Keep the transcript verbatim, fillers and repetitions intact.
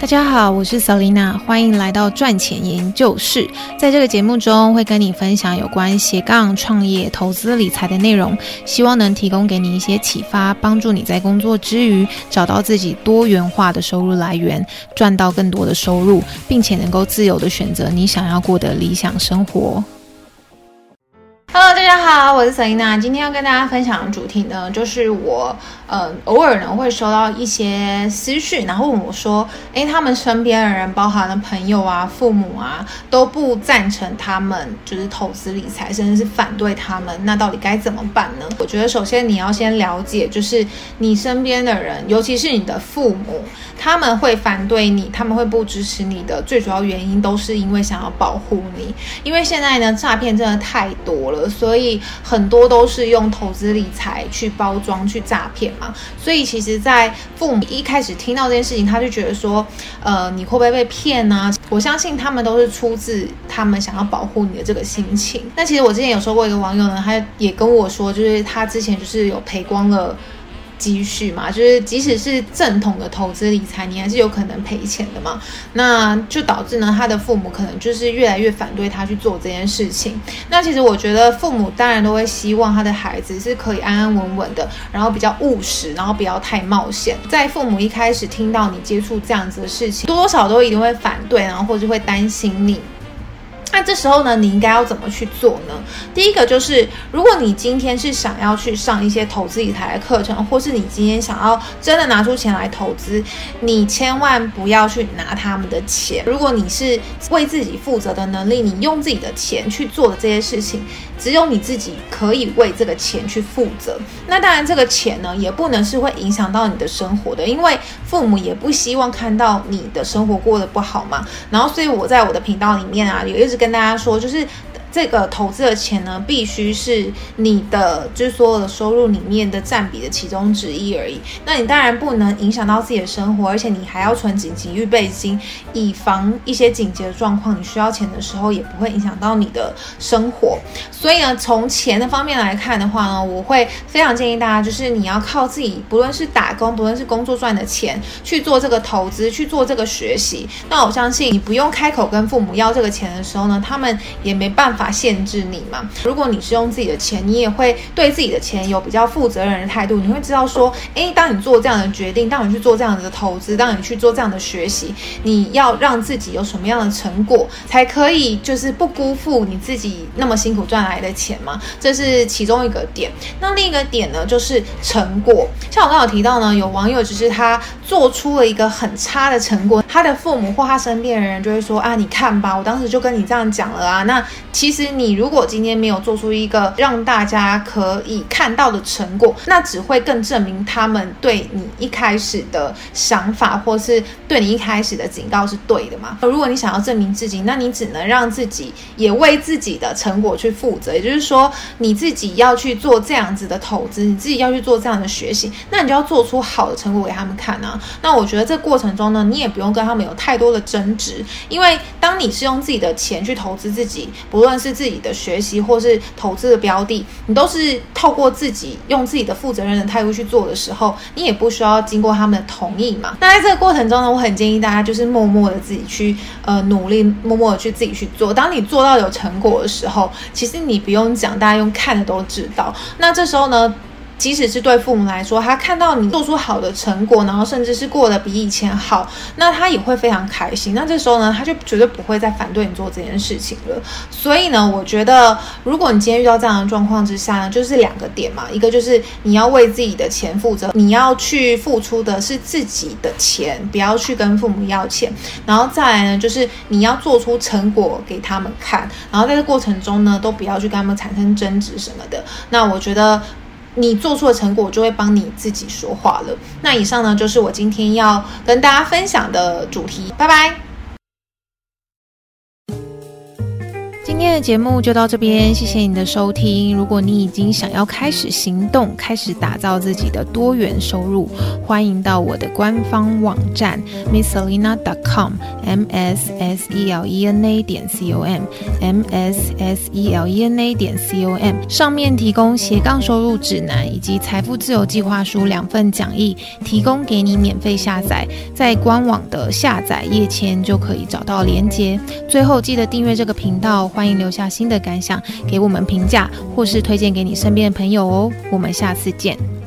大家好，我是 Selina， 欢迎来到赚钱研究室。在这个节目中会跟你分享有关斜杠创业、投资理财的内容，希望能提供给你一些启发，帮助你在工作之余找到自己多元化的收入来源，赚到更多的收入，并且能够自由的选择你想要过的理想生活。Hello， 大家好，我是 Selina。今天要跟大家分享的主题呢，就是我呃偶尔呢会收到一些私讯，然后问我说，诶，他们身边的人，包含了朋友啊、父母啊，都不赞成他们就是投资理财，甚至是反对他们，那到底该怎么办呢？我觉得首先你要先了解，就是你身边的人，尤其是你的父母，他们会反对你，他们会不支持你的最主要原因都是因为想要保护你，因为现在呢诈骗真的太多了。所以很多都是用投资理财去包装去诈骗嘛，所以其实在父母一开始听到这件事情，他就觉得说呃，你会不会被骗啊？我相信他们都是出自他们想要保护你的这个心情。那其实我之前有收过一个网友呢，他也跟我说，就是他之前就是有赔光了积蓄嘛，就是即使是正统的投资理财，你还是有可能赔钱的嘛。那就导致呢，他的父母可能就是越来越反对他去做这件事情。那其实我觉得父母当然都会希望他的孩子是可以安安稳稳的，然后比较务实，然后不要太冒险。在父母一开始听到你接触这样子的事情，多多少少都一定会反对，然后或者会担心你。那这时候呢，你应该要怎么去做呢？第一个就是，如果你今天是想要去上一些投资理财的课程，或是你今天想要真的拿出钱来投资，你千万不要去拿他们的钱。如果你是为自己负责的能力，你用自己的钱去做的这些事情，只有你自己可以为这个钱去负责。那当然这个钱呢，也不能是会影响到你的生活的，因为父母也不希望看到你的生活过得不好嘛。然后所以我在我的频道里面啊，有一直跟大家说，就是这个投资的钱呢，必须是你的就是所有的收入里面的占比的其中之一而已。那你当然不能影响到自己的生活，而且你还要存紧急预备金，以防一些紧急的状况，你需要钱的时候也不会影响到你的生活。所以呢，从钱的方面来看的话呢，我会非常建议大家，就是你要靠自己，不论是打工，不论是工作赚的钱去做这个投资，去做这个学习。那我相信你不用开口跟父母要这个钱的时候呢，他们也没办法限制你嘛。如果你是用自己的钱，你也会对自己的钱有比较负责任的态度，你会知道说，诶，当你做这样的决定，当你去做这样的投资，当你去做这样的学习，你要让自己有什么样的成果，才可以就是不辜负你自己那么辛苦赚来的钱嘛。这是其中一个点。那另一个点呢，就是成果。像我刚刚有提到呢，有网友就是他做出了一个很差的成果，他的父母或他身边的人就会说啊，你看吧，我当时就跟你这样讲了啊。那其实你如果今天没有做出一个让大家可以看到的成果，那只会更证明他们对你一开始的想法，或是对你一开始的警告是对的嘛。如果你想要证明自己，那你只能让自己也为自己的成果去负责，也就是说你自己要去做这样子的投资，你自己要去做这样的学习，那你就要做出好的成果给他们看啊。那我觉得这个过程中呢，你也不用跟他们有太多的争执，因为当你是用自己的钱去投资自己，不论是自己的学习或是投资的标的，你都是透过自己用自己的负责任的态度去做的时候，你也不需要经过他们的同意嘛。那在这个过程中呢，我很建议大家就是默默的自己去呃努力，默默的去自己去做。当你做到有成果的时候，其实你不用讲，大家用看的都知道。那这时候呢，即使是对父母来说，他看到你做出好的成果，然后甚至是过得比以前好，那他也会非常开心。那这时候呢，他就绝对不会再反对你做这件事情了。所以呢，我觉得如果你今天遇到这样的状况之下呢，就是两个点嘛，一个就是你要为自己的钱负责，你要去付出的是自己的钱，不要去跟父母要钱。然后再来呢，就是你要做出成果给他们看，然后在这过程中呢，都不要去跟他们产生争执什么的。那我觉得你做出的成果就会帮你自己说话了。那以上呢，就是我今天要跟大家分享的主题。拜拜。 今天的节目就到这边，谢谢你的收听。如果你已经想要开始行动，开始打造自己的多元收入，欢迎到我的官方网站 miss selena dot com m s s e l e n a 点 c o m m s s e l e n a 点 c o m 上面提供斜杠收入指南以及财富自由计划书两份讲义，提供给你免费下载，在官网的下载页签就可以找到连结。最后记得订阅这个频道，欢迎留下新的感想，给我们评价，或是推荐给你身边的朋友哦。我们下次见。